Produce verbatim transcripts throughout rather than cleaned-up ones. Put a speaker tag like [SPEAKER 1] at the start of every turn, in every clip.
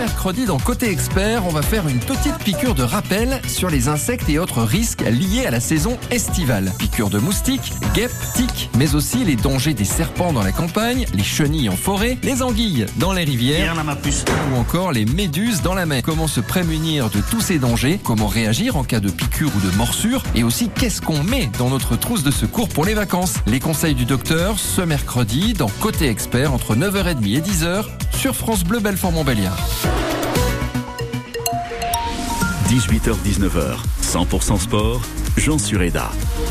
[SPEAKER 1] mercredi, dans Côté Expert, on va faire une petite piqûre de rappel sur les insectes et autres risques liés à la saison estivale. Piqûre de moustiques, guêpes, tiques, mais aussi les dangers des serpents dans la campagne, les chenilles en forêt, les anguilles dans les rivières ou encore les méduses dans la mer. Comment se prémunir de tous ces dangers, comment réagir en cas de piqûre ou de morsure, et aussi qu'est-ce qu'on met dans notre trousse de secours pour les vacances. Les conseils du docteur ce mercredi dans Côté Expert entre neuf heures trente et dix heures sur France Bleu Belfort-Montbéliard.
[SPEAKER 2] dix-huit heures dix-neuf heures, cent pour cent sport, Jean Sureda.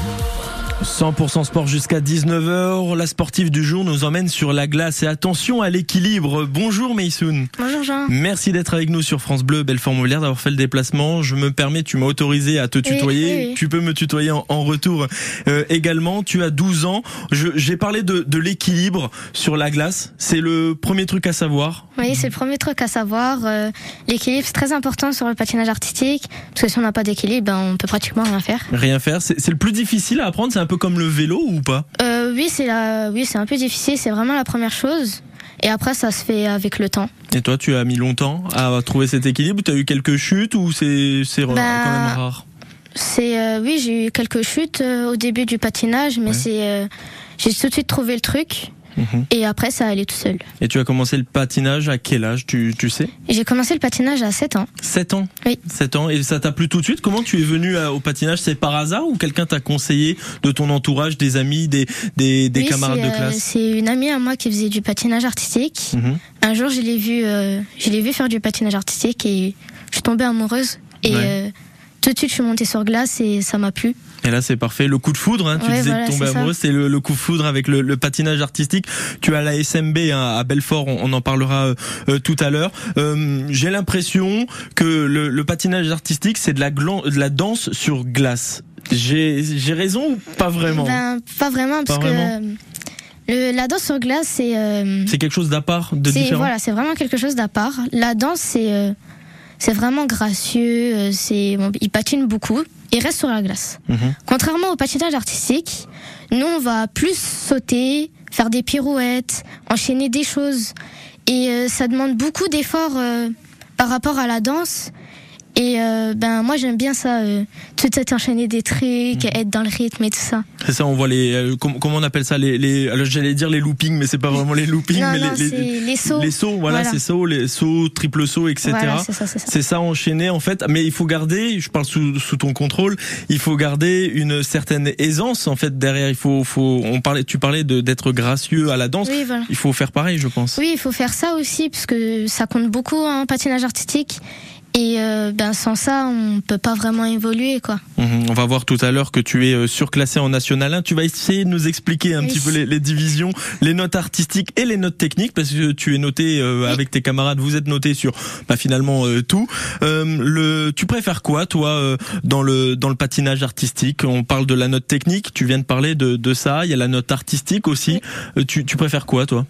[SPEAKER 3] cent pour cent sport jusqu'à dix-neuf heures. La sportive du jour nous emmène sur la glace et attention à l'équilibre. Bonjour Meissoun.
[SPEAKER 4] Bonjour Jean.
[SPEAKER 3] Merci d'être avec nous sur France Bleu Belfort-Montbéliard, d'avoir fait le déplacement. Je me permets, tu m'as autorisé à te tutoyer.
[SPEAKER 4] Oui, oui, oui.
[SPEAKER 3] Tu peux me tutoyer en, en retour euh, également. Tu as douze ans. Je, j'ai parlé de, de l'équilibre sur la glace. C'est le premier truc à savoir.
[SPEAKER 4] Oui, c'est le premier truc à savoir. Euh, l'équilibre, c'est très important sur le patinage artistique. Parce que si on n'a pas d'équilibre, ben, on peut pratiquement rien faire.
[SPEAKER 3] Rien faire. C'est, c'est le plus difficile à apprendre. C'est un peu comme le vélo ou pas?
[SPEAKER 4] euh, Oui, c'est la... oui, c'est un peu difficile. C'est vraiment la première chose. Et après, ça se fait avec le temps.
[SPEAKER 3] Et toi, tu as mis longtemps à trouver cet équilibre? Tu as eu quelques chutes ou c'est, c'est
[SPEAKER 4] Ben,
[SPEAKER 3] quand même rare?
[SPEAKER 4] C'est, euh, oui, j'ai eu quelques chutes euh, au début du patinage, mais ouais. c'est, euh, j'ai tout de suite trouvé le truc. Mmh. Et après, ça allait tout seul.
[SPEAKER 3] Et tu as commencé le patinage à quel âge, tu, tu sais?
[SPEAKER 4] J'ai commencé le patinage à sept ans.
[SPEAKER 3] sept ans?
[SPEAKER 4] Oui.
[SPEAKER 3] sept ans. Et ça t'a plu tout de suite? Comment tu es venu au patinage? C'est par hasard ou quelqu'un t'a conseillé de ton entourage, des amis, des, des, des oui, camarades de classe?
[SPEAKER 4] Euh, c'est une amie à moi qui faisait du patinage artistique. Mmh. Un jour, je l'ai vu, euh, je l'ai vu faire du patinage artistique et je suis tombée amoureuse. Et ouais. euh, tout de suite, je suis montée sur glace et ça m'a plu.
[SPEAKER 3] Et là, c'est parfait. Le coup de foudre, hein, tu
[SPEAKER 4] ouais,
[SPEAKER 3] disais
[SPEAKER 4] voilà,
[SPEAKER 3] que tomber amoureuse, c'est le, le coup de foudre avec le, le patinage artistique. Tu as la S M B hein, à Belfort, on, on en parlera euh, tout à l'heure. Euh, j'ai l'impression que le, le patinage artistique, c'est de la, glan, de la danse sur glace. J'ai, j'ai raison ou pas vraiment?
[SPEAKER 4] Ben, pas vraiment, parce pas vraiment. que... Le, la danse sur glace, c'est... Euh,
[SPEAKER 3] c'est quelque chose d'à part, de
[SPEAKER 4] c'est,
[SPEAKER 3] différent.
[SPEAKER 4] Voilà, c'est vraiment quelque chose d'à part. La danse, c'est, euh, c'est vraiment gracieux. Euh, c'est, bon, ils patinent beaucoup. Ils restent sur la glace. Mmh. Contrairement au patinage artistique, nous, on va plus sauter, faire des pirouettes, enchaîner des choses. Et euh, ça demande beaucoup d'efforts euh, par rapport à la danse. Et euh, ben moi j'aime bien ça, euh, tout être enchaîner des trucs, mmh. être dans le rythme et tout ça.
[SPEAKER 3] C'est ça, on voit les euh, com- comment on appelle ça les les alors j'allais dire les loopings mais c'est pas vraiment les loopings
[SPEAKER 4] non,
[SPEAKER 3] mais
[SPEAKER 4] non,
[SPEAKER 3] les,
[SPEAKER 4] les, les les sauts.
[SPEAKER 3] Les sauts, voilà, voilà. c'est sauts, les sauts, triple saut, et cetera.
[SPEAKER 4] Voilà, c'est ça, c'est ça.
[SPEAKER 3] C'est ça enchaîné en fait, mais il faut garder, je parle sous sous ton contrôle, il faut garder une certaine aisance en fait derrière. Il faut faut on parlait tu parlais de d'être gracieux à la danse.
[SPEAKER 4] Oui, voilà.
[SPEAKER 3] Il faut faire pareil, je pense.
[SPEAKER 4] Oui, il faut faire ça aussi parce que ça compte beaucoup en hein, patinage artistique. Et euh, ben sans ça, on peut pas vraiment évoluer, quoi.
[SPEAKER 3] Mmh, on va voir tout à l'heure que tu es surclassé en National un. Tu vas essayer de nous expliquer un oui. petit peu les, les divisions, les notes artistiques et les notes techniques, parce que tu es noté euh, oui. avec tes camarades. Vous êtes noté sur, bah, finalement euh, tout. Euh, le, tu préfères quoi, toi, euh, dans le dans le patinage artistique? On parle de la note technique. Tu viens de parler de de ça. Il y a la note artistique aussi. Oui. Euh, tu tu préfères quoi, toi?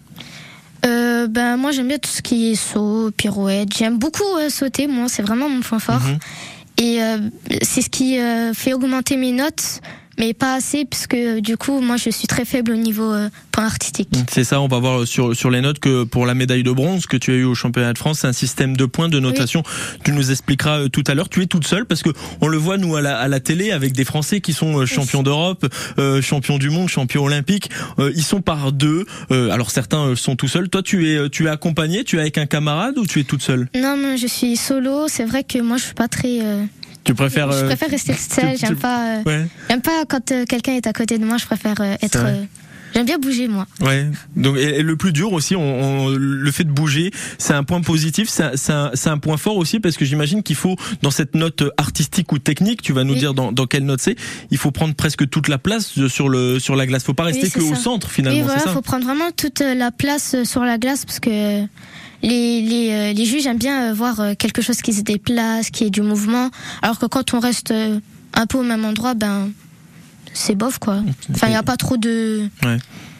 [SPEAKER 4] Euh, ben moi j'aime bien tout ce qui est saut, pirouette. J'aime beaucoup euh, sauter, moi c'est vraiment mon point fort. Mmh. Et euh, c'est ce qui euh, fait augmenter mes notes, mais pas assez parce que du coup moi je suis très faible au niveau euh, point artistique.
[SPEAKER 3] C'est ça, on va voir sur sur les notes que pour la médaille de bronze que tu as eu au championnat de France, c'est un système de points de notation. Oui. Tu nous expliqueras tout à l'heure. Tu es toute seule parce que on le voit nous à la à la télé avec des Français qui sont champions oui. d'Europe, euh, champions du monde, champions olympiques. Euh, ils sont par deux. Euh, alors certains sont tout seuls. Toi tu es tu es accompagné, tu es avec un camarade ou tu es toute seule?
[SPEAKER 4] Non, non, je suis solo. C'est vrai que moi je suis pas très euh...
[SPEAKER 3] Tu préfères
[SPEAKER 4] Je préfère rester toute seule. J'aime pas. Euh, ouais. J'aime pas quand euh, quelqu'un est à côté de moi. Je préfère euh, être. Euh, j'aime bien bouger moi.
[SPEAKER 3] Ouais. Donc et, et le plus dur aussi, on, on, le fait de bouger, c'est un point positif. C'est un, c'est un, c'est un point fort aussi parce que j'imagine qu'il faut dans cette note artistique ou technique, tu vas nous oui. dire dans, dans quelle note c'est. Il faut prendre presque toute la place sur le sur la glace. Faut pas rester oui, que ça. Au centre finalement.
[SPEAKER 4] Oui, voilà.
[SPEAKER 3] C'est ça.
[SPEAKER 4] Faut prendre vraiment toute la place sur la glace parce que. Les, les, les juges aiment bien voir quelque chose qui se déplace, qui est du mouvement, alors que quand on reste un peu au même endroit, ben c'est bof quoi. Enfin, il n'y a pas trop de.
[SPEAKER 3] Ouais.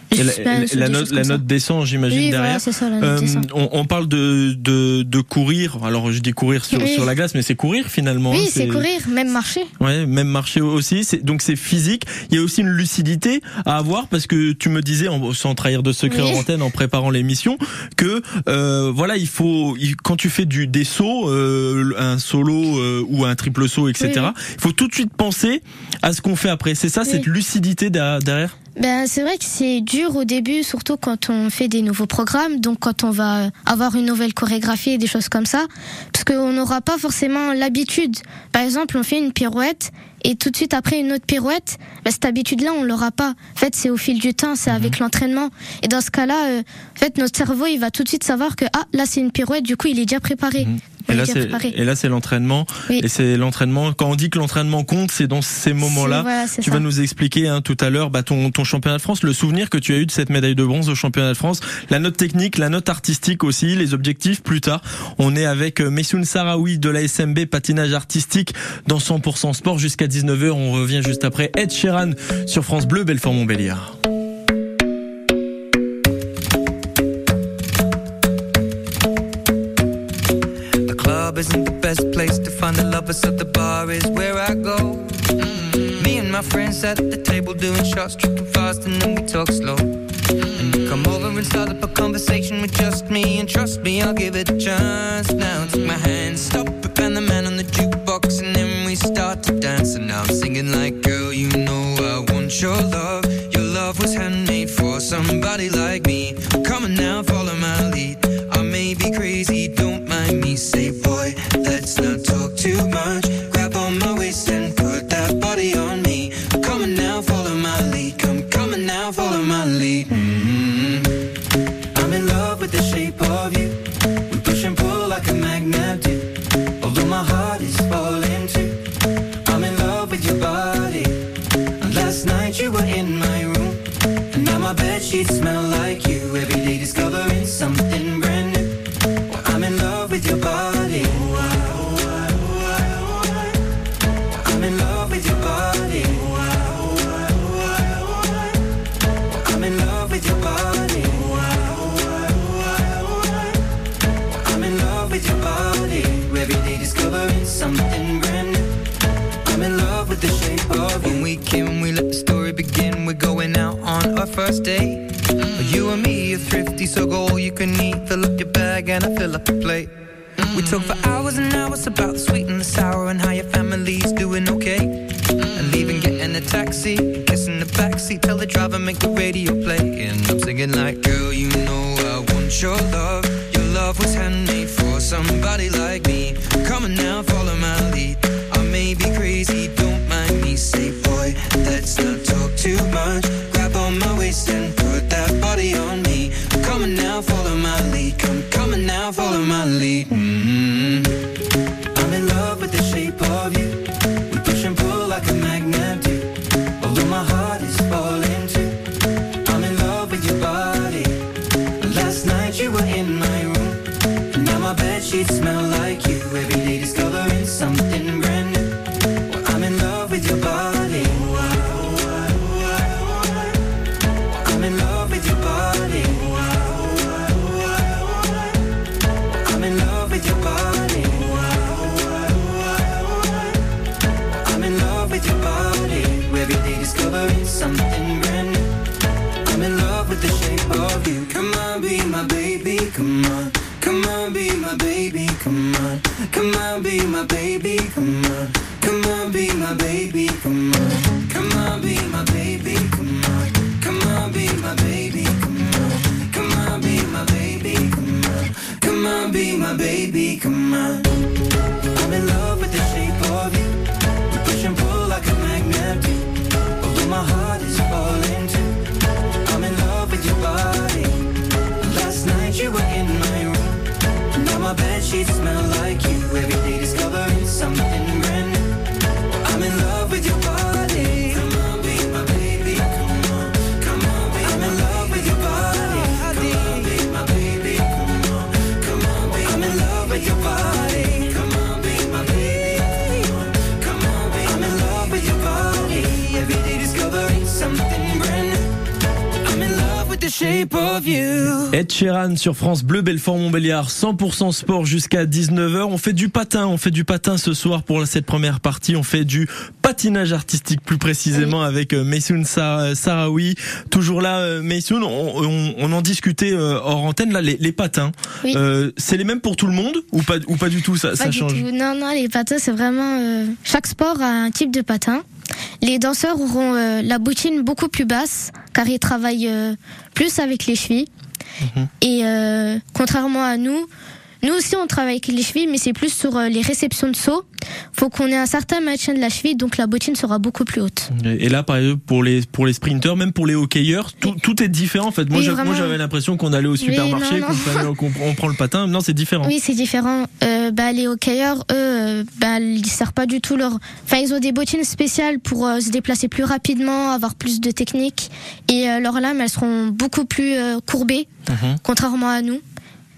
[SPEAKER 3] Et la, la, la, note, la note descend, j'imagine,
[SPEAKER 4] oui,
[SPEAKER 3] derrière.
[SPEAKER 4] Voilà, c'est ça, la note
[SPEAKER 3] euh,
[SPEAKER 4] descend.
[SPEAKER 3] On, on parle de, de, de courir. Alors, je dis courir sur,
[SPEAKER 4] oui.
[SPEAKER 3] sur la glace, mais c'est courir finalement.
[SPEAKER 4] Oui,
[SPEAKER 3] hein,
[SPEAKER 4] c'est courir, même marcher.
[SPEAKER 3] Ouais, même marcher aussi. C'est, donc c'est physique. Il y a aussi une lucidité à avoir parce que tu me disais, en, sans trahir de secret oui. en antenne, en préparant l'émission, que euh, voilà, il faut il, quand tu fais du des sauts, euh, un solo euh, ou un triple saut, et cetera. Il oui. faut tout de suite penser à ce qu'on fait après. C'est ça, oui. cette lucidité derrière.
[SPEAKER 4] Ben, c'est vrai que c'est dur au début, surtout quand on fait des nouveaux programmes, donc quand on va avoir une nouvelle chorégraphie et des choses comme ça, parce qu'on n'aura pas forcément l'habitude. Par exemple, on fait une pirouette et tout de suite après une autre pirouette, ben, cette habitude-là, on l'aura pas. En fait, c'est au fil du temps, c'est mmh. avec l'entraînement. Et dans ce cas-là, euh, en fait, notre cerveau, il va tout de suite savoir que ah, là, c'est une pirouette, du coup, il est déjà préparé. Mmh.
[SPEAKER 3] Et là, c'est, et là, c'est l'entraînement. Oui. Et c'est l'entraînement. Quand on dit que l'entraînement compte, c'est dans ces moments-là.
[SPEAKER 4] Voilà,
[SPEAKER 3] tu
[SPEAKER 4] ça.
[SPEAKER 3] vas nous expliquer hein, tout à l'heure bah, ton, ton championnat de France, le souvenir que tu as eu de cette médaille de bronze au championnat de France, la note technique, la note artistique aussi, les objectifs plus tard. On est avec Messoun Sarawi de la S M B patinage artistique dans cent pour cent sport jusqu'à dix-neuf heures. On revient juste après Ed Sheeran sur France Bleu, Belfort-Montbéliard.
[SPEAKER 5] Isn't the best place to find the lovers, so the bar is where I go. Mm-hmm. Me and my friends at the table doing shots, tripping fast, and then we talk slow. Mm-hmm. And you come over and start up a conversation with just me, and trust me, I'll give it a chance. Now take my hand, stop it, and the man on the jukebox, and then we start to dance. And now I'm singing like, girl, you know I want your love. Your love was handmade for somebody like me. Come on now, follow my lead. I may be crazy, don't mind me. Say, boy, let's not talk too much. Grab on my waist and put that body on me. Come on now, follow my lead. Come, come on now, follow my lead. Mm-hmm. I'm in love with the shape of you. We push and pull like a magnet do. Although my heart is falling too. I'm in love with your body. And last night you were in my room. And now my bedsheets smell like you. Every day discovering something brand new. Well, I'm in love with your body. I'm in love with your body. I'm in love with your body. I'm in love with your body. Every day discovering something brand new. I'm in love with the shape of you. When we came, we let the story begin. We're going out on our first date. You and me are thrifty, so go all you can eat. Fill up your bag and I fill up your plate. We talk for hours and hours about the sweet and the sour and how your family's doing okay. And leaving, getting a taxi, kissing the backseat, tell the driver make the radio play. And I'm singing like, girl, you know I want your love. Your love was handmade for somebody like me. Come on now, follow my lead. I may be crazy, don't mind me. Say, boy, let's not talk too much. Grab on my waist and put that body on me. Come on now, follow my lead. Come, come on now, follow my lead. Mm-hmm. I'm in love with the shape of you. We push and pull like a magnet do. Although my heart is falling too. I'm in love with your body. Last night you were in my room. And now my bedsheets smell like you. Every day discovering something brand new. Well, I'm in love with your body. I'm in love with your body. I'm in love with your body. I'm in love with your body. Every day discovering something brand new. I'm in love with the shape of you. Come on, be my baby, come on. Come on, be my baby, come on. Come on, be my baby, come on. Come on, be my baby, come on. Come on, be my baby, come on. Come on, be my baby, come on. Come on, be my baby, come on. Come on, be my baby, come on. I'm in love with the shape of you. We push and pull like a magnet do. Although my heart is falling too. I'm in love with your body. Last night you were in my room. Now my bedsheets smell like you. Every day discovering something brand new. I'm in love with your body. Come on, be my baby. Come on, come on, be I'm in love with your body. Come on, be my baby. Come on, come on, be I'm in love with your body. Come on, be my baby. Come on, be I'm in love with your body. Every day discovering something brand new. I'm in love. shape of you.
[SPEAKER 3] Ed Sheeran sur France Bleu, Belfort-Montbéliard, cent pour cent sport jusqu'à dix-neuf heures. On fait du patin, on fait du patin ce soir pour cette première partie. On fait du patinage artistique plus précisément oui. avec Maysoun Sahraoui. Toujours là, Maysoun, on, on, on en discutait hors antenne, là, les, les patins. Oui. Euh, c'est les mêmes pour tout le monde ou pas, ou pas du tout, ça,
[SPEAKER 4] pas
[SPEAKER 3] ça
[SPEAKER 4] du
[SPEAKER 3] change
[SPEAKER 4] tout. Non, non, les patins, c'est vraiment... Euh, chaque sport a un type de patin. Les danseurs auront euh, la bottine beaucoup plus basse, car ils travaillent euh, plus avec les chevilles. Mmh. Et euh, contrairement à nous, nous aussi on travaille avec les chevilles, mais c'est plus sur euh, les réceptions de saut. Faut qu'on ait un certain maintien de la cheville, donc la bottine sera beaucoup plus haute.
[SPEAKER 3] Et là, par exemple, pour les pour les sprinteurs, même pour les hockeyeurs, tout, oui. tout est différent en fait. Moi, oui, moi j'avais l'impression qu'on allait au supermarché, oui, non, non. qu'on, prenait, qu'on on prend le patin. Non, c'est différent.
[SPEAKER 4] Oui, c'est différent. Euh, bah, les hockeyeurs, eux, bah, ils servent pas du tout leur. Enfin, ils ont des bottines spéciales pour euh, se déplacer plus rapidement, avoir plus de technique, et euh, leurs lames, elles seront beaucoup plus euh, courbées, mm-hmm. contrairement à nous.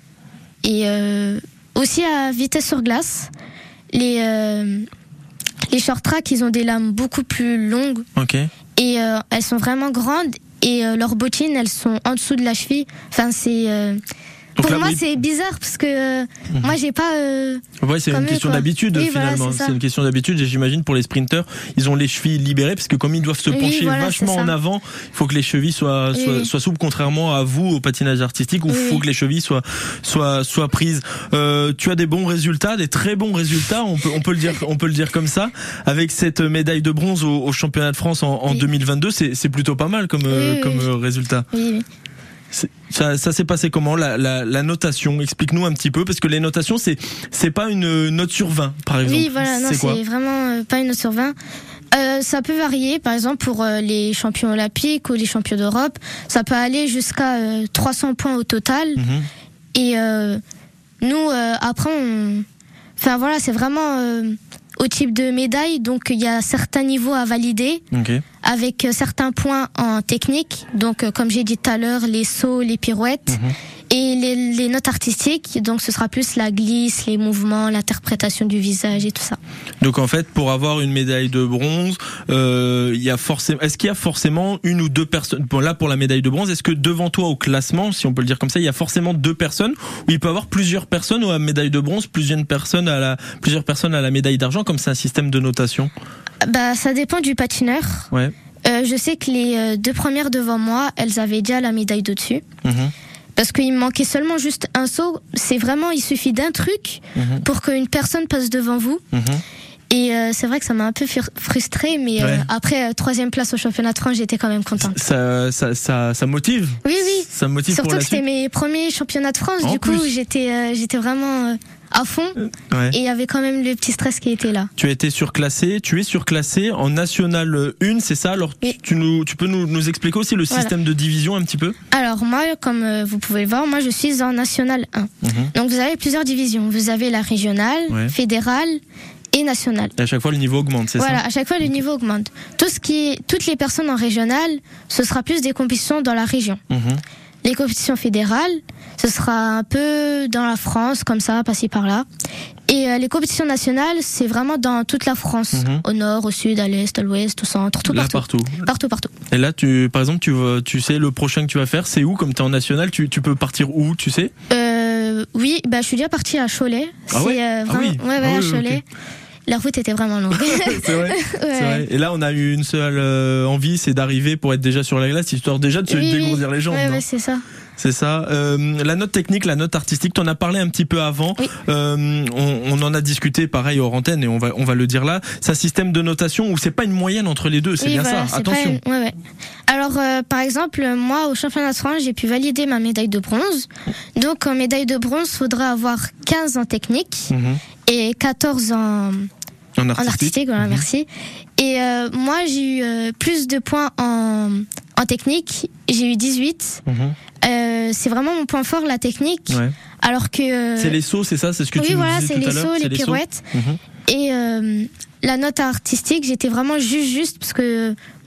[SPEAKER 4] Et euh, aussi à vitesse sur glace. Les, euh, les short track, ils ont des lames beaucoup plus longues.
[SPEAKER 3] Okay.
[SPEAKER 4] Et euh, elles sont vraiment grandes. Et euh, leurs bottines, elles sont en dessous de la cheville. Enfin, c'est... Euh, pour là, moi, oui. c'est bizarre parce que euh, mmh. moi, j'ai pas. Euh,
[SPEAKER 3] ouais, c'est une question eux, d'habitude oui, finalement. Voilà, c'est, c'est une question d'habitude. Et j'imagine pour les sprinteurs, ils ont les chevilles libérées parce que comme ils doivent se oui, pencher voilà, vachement en avant, il faut que les chevilles soient oui, soient, oui. soient souples, contrairement à vous au patinage artistique où il oui, faut oui. que les chevilles soient soient soient prises. Euh, tu as des bons résultats, des très bons résultats. On peut on peut le dire on peut le dire comme ça. Avec cette médaille de bronze au, au championnat de France en, en oui. deux mille vingt-deux, c'est c'est plutôt pas mal comme oui, comme oui. résultat.
[SPEAKER 4] Oui. oui.
[SPEAKER 3] C'est, ça, ça s'est passé comment la, la, la notation? Explique-nous un petit peu parce que les notations c'est c'est pas une note sur vingt par exemple.
[SPEAKER 4] Oui voilà non
[SPEAKER 3] c'est,
[SPEAKER 4] c'est vraiment euh, pas une note sur vingt. Euh, ça peut varier par exemple pour euh, les champions olympiques ou les champions d'Europe ça peut aller jusqu'à euh, trois cents points au total mm-hmm. et euh, nous euh, après on enfin voilà c'est vraiment euh, au type de médaille, donc il y a certains niveaux à valider, okay. avec certains points en technique, donc comme j'ai dit tout à l'heure, les sauts, les pirouettes, mm-hmm. et les, les notes artistiques, donc ce sera plus la glisse, les mouvements, l'interprétation du visage et tout ça.
[SPEAKER 3] Donc en fait, pour avoir une médaille de bronze, euh, il y a forcément, est-ce qu'il y a forcément une ou deux personnes, bon, là pour la médaille de bronze, est-ce que devant toi au classement, si on peut le dire comme ça, il y a forcément deux personnes, ou il peut y avoir plusieurs personnes à la médaille de bronze, plusieurs personnes à la, plusieurs personnes à la médaille d'argent, comme c'est un système de notation?
[SPEAKER 4] Bah, ça dépend du patineur.
[SPEAKER 3] Ouais.
[SPEAKER 4] Euh, je sais que les deux premières devant moi, elles avaient déjà la médaille d'au-dessus. Mmh. Parce qu'il me manquait seulement juste un saut. C'est vraiment, il suffit d'un truc mmh. pour qu'une personne passe devant vous. Mmh. Et euh, c'est vrai que ça m'a un peu frustrée, mais ouais. euh, après euh, troisième place au championnat de France, j'étais quand même contente.
[SPEAKER 3] Ça, ça, ça, ça motive.
[SPEAKER 4] Oui, oui.
[SPEAKER 3] Ça motive.
[SPEAKER 4] Surtout
[SPEAKER 3] pour la
[SPEAKER 4] que c'était
[SPEAKER 3] suite.
[SPEAKER 4] Mes premiers championnats de France. En du plus. coup, j'étais, euh, j'étais vraiment euh, à fond. Ouais. Et il y avait quand même le petit stress qui était là.
[SPEAKER 3] Tu as été surclassé. Tu es surclassé en National un, c'est ça? Alors, oui. tu, nous, tu peux nous, nous expliquer aussi le voilà. système de division un petit peu?
[SPEAKER 4] Alors moi, comme euh, vous pouvez le voir, moi je suis en National un. Mm-hmm. Donc vous avez plusieurs divisions. Vous avez la régionale, ouais. fédérale. Et nationale.
[SPEAKER 3] Et à chaque fois le niveau augmente, c'est
[SPEAKER 4] voilà, ça?
[SPEAKER 3] Voilà,
[SPEAKER 4] à chaque fois le niveau augmente. Tout ce qui est, toutes les personnes en régionale, ce sera plus des compétitions dans la région. Mmh. Les compétitions fédérales, ce sera un peu dans la France, comme ça, passer par là. Et euh, les compétitions nationales, c'est vraiment dans toute la France, mmh. au nord, au sud, à l'est, à l'ouest, au centre, tout
[SPEAKER 3] là,
[SPEAKER 4] partout.
[SPEAKER 3] partout.
[SPEAKER 4] Partout, partout.
[SPEAKER 3] Et là, tu, par exemple, tu, tu sais le prochain que tu vas faire, c'est où? Comme tu es en national, tu, tu peux partir où, tu sais?
[SPEAKER 4] Euh, oui, bah je suis déjà partie à Cholet.
[SPEAKER 3] Ah ouais,
[SPEAKER 4] euh, vraiment,
[SPEAKER 3] ah oui.
[SPEAKER 4] ouais, ouais,
[SPEAKER 3] ah
[SPEAKER 4] à
[SPEAKER 3] oui,
[SPEAKER 4] Cholet. Okay. La route était vraiment longue.
[SPEAKER 3] c'est, vrai, ouais. c'est vrai. Et là, on a eu une seule euh, envie, c'est d'arriver pour être déjà sur la glace, histoire déjà de se oui, dégourdir les jambes.
[SPEAKER 4] Ouais, ouais, c'est ça.
[SPEAKER 3] C'est ça. Euh, la note technique, la note artistique, t'en as parlé un petit peu avant.
[SPEAKER 4] Oui.
[SPEAKER 3] Euh, on, on en a discuté pareil hors antenne et on va on va le dire là. C'est un système de notation où c'est pas une moyenne entre les deux, c'est
[SPEAKER 4] oui,
[SPEAKER 3] bien
[SPEAKER 4] voilà,
[SPEAKER 3] ça. Attention.
[SPEAKER 4] Une... Ouais, ouais. Alors euh, par exemple, moi au championnat de France, j'ai pu valider ma médaille de bronze. Donc en médaille de bronze, faudra avoir quinze en technique mm-hmm. et quatorze en
[SPEAKER 3] En artistique,
[SPEAKER 4] en artistique voilà, mmh. merci. Et euh, moi, j'ai eu euh, plus de points en, en technique. J'ai eu dix-huit. Mmh. Euh, c'est vraiment mon point fort, la technique. Ouais. Alors que... Euh...
[SPEAKER 3] C'est les sauts, c'est ça? C'est ce que
[SPEAKER 4] oui,
[SPEAKER 3] tu
[SPEAKER 4] voilà,
[SPEAKER 3] nous disais tout
[SPEAKER 4] les
[SPEAKER 3] à l'heure?
[SPEAKER 4] sauts,
[SPEAKER 3] c'est
[SPEAKER 4] les
[SPEAKER 3] les
[SPEAKER 4] pirouettes.
[SPEAKER 3] sauts. Mmh.
[SPEAKER 4] Et euh, la note artistique, j'étais vraiment juste, juste, parce que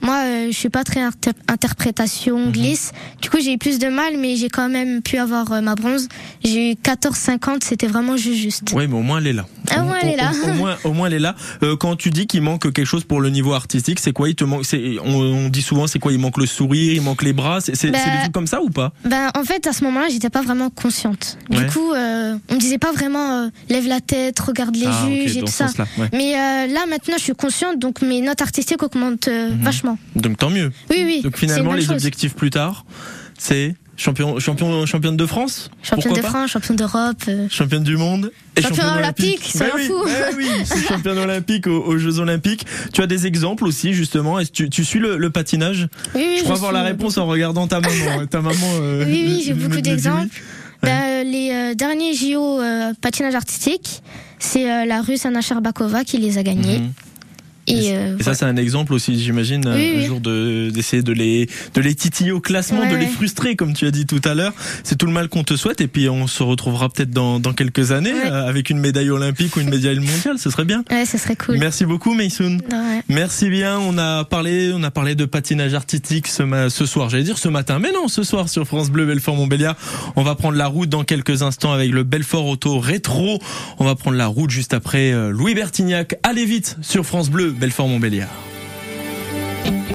[SPEAKER 4] Moi, euh, je suis pas très inter- interprétation,
[SPEAKER 3] Mhm.
[SPEAKER 4] glisse. Du coup, j'ai eu plus de mal, mais j'ai quand même pu avoir euh, ma bronze. J'ai eu quatorze cinquante, c'était vraiment juste juste.
[SPEAKER 3] Oui, mais au moins elle est là.
[SPEAKER 4] Ah, au moins, elle est là.
[SPEAKER 3] Au, au moins, au moins elle est là. Euh, quand tu dis qu'il manque quelque chose pour le niveau artistique, c'est quoi? Il te manque. C'est, on, on dit souvent, c'est quoi? Il manque le sourire, il manque les bras. C'est, c'est,
[SPEAKER 4] Bah,
[SPEAKER 3] c'est des trucs comme ça ou pas?
[SPEAKER 4] Ben, en fait, à ce moment-là, j'étais pas vraiment consciente. Du
[SPEAKER 3] Ouais.
[SPEAKER 4] coup, euh, on me disait pas vraiment euh, lève la tête, regarde les
[SPEAKER 3] Ah, ok,
[SPEAKER 4] juges et
[SPEAKER 3] dans
[SPEAKER 4] tout
[SPEAKER 3] ce
[SPEAKER 4] ça.
[SPEAKER 3] sens-là, ouais.
[SPEAKER 4] Mais euh, là, maintenant, je suis consciente, donc mes notes artistiques augmentent euh,
[SPEAKER 3] Mhm.
[SPEAKER 4] vachement.
[SPEAKER 3] Donc tant mieux.
[SPEAKER 4] Oui, oui.
[SPEAKER 3] Donc
[SPEAKER 4] c'est une
[SPEAKER 3] finalement,
[SPEAKER 4] bonne
[SPEAKER 3] les
[SPEAKER 4] chose.
[SPEAKER 3] objectifs plus tard, c'est champion, champion, championne de France.
[SPEAKER 4] Championne
[SPEAKER 3] Pourquoi
[SPEAKER 4] de
[SPEAKER 3] pas
[SPEAKER 4] France, championne d'Europe. euh,
[SPEAKER 3] Championne du monde et
[SPEAKER 4] Championne
[SPEAKER 3] championne
[SPEAKER 4] olympique,
[SPEAKER 3] Ben
[SPEAKER 4] soyons
[SPEAKER 3] oui,
[SPEAKER 4] fous.
[SPEAKER 3] ben oui, c'est championne olympique aux, aux Jeux Olympiques. Tu as des exemples aussi justement. Est-ce que tu, tu suis le, le patinage?
[SPEAKER 4] Oui, oui,
[SPEAKER 3] Je crois avoir
[SPEAKER 4] suis-
[SPEAKER 3] la réponse en regardant ta maman. Ta maman. euh,
[SPEAKER 4] Oui, oui, j'ai
[SPEAKER 3] me-
[SPEAKER 4] beaucoup
[SPEAKER 3] me dit
[SPEAKER 4] d'exemples.
[SPEAKER 3] oui.
[SPEAKER 4] Ben, les euh, derniers J O euh, patinage artistique, c'est euh, la Russe Anna Shcherbakova qui les a gagnés.
[SPEAKER 3] Mhm.
[SPEAKER 4] Et, euh,
[SPEAKER 3] Et ça, c'est un exemple aussi, j'imagine,
[SPEAKER 4] Oui,
[SPEAKER 3] un
[SPEAKER 4] oui.
[SPEAKER 3] jour de, d'essayer de les, de les titiller au classement,
[SPEAKER 4] Ouais,
[SPEAKER 3] de les
[SPEAKER 4] ouais.
[SPEAKER 3] frustrer, comme tu as dit tout à l'heure. C'est tout le mal qu'on te souhaite. Et puis, on se retrouvera peut-être dans, dans quelques années
[SPEAKER 4] Ouais.
[SPEAKER 3] euh, avec une médaille olympique ou une médaille mondiale. Ce serait bien.
[SPEAKER 4] ouais, ça serait cool.
[SPEAKER 3] Merci beaucoup, Maysoun.
[SPEAKER 4] Ouais.
[SPEAKER 3] Merci bien. On a parlé, on a parlé de patinage artistique ce, ma- ce soir. J'allais dire ce matin, mais non, ce soir sur France Bleu Belfort Montbéliard. On va prendre la route dans quelques instants avec le Belfort Auto Rétro. On va prendre la route juste après euh, Louis Bertignac. Allez vite sur France Bleu Belfort Montbéliard.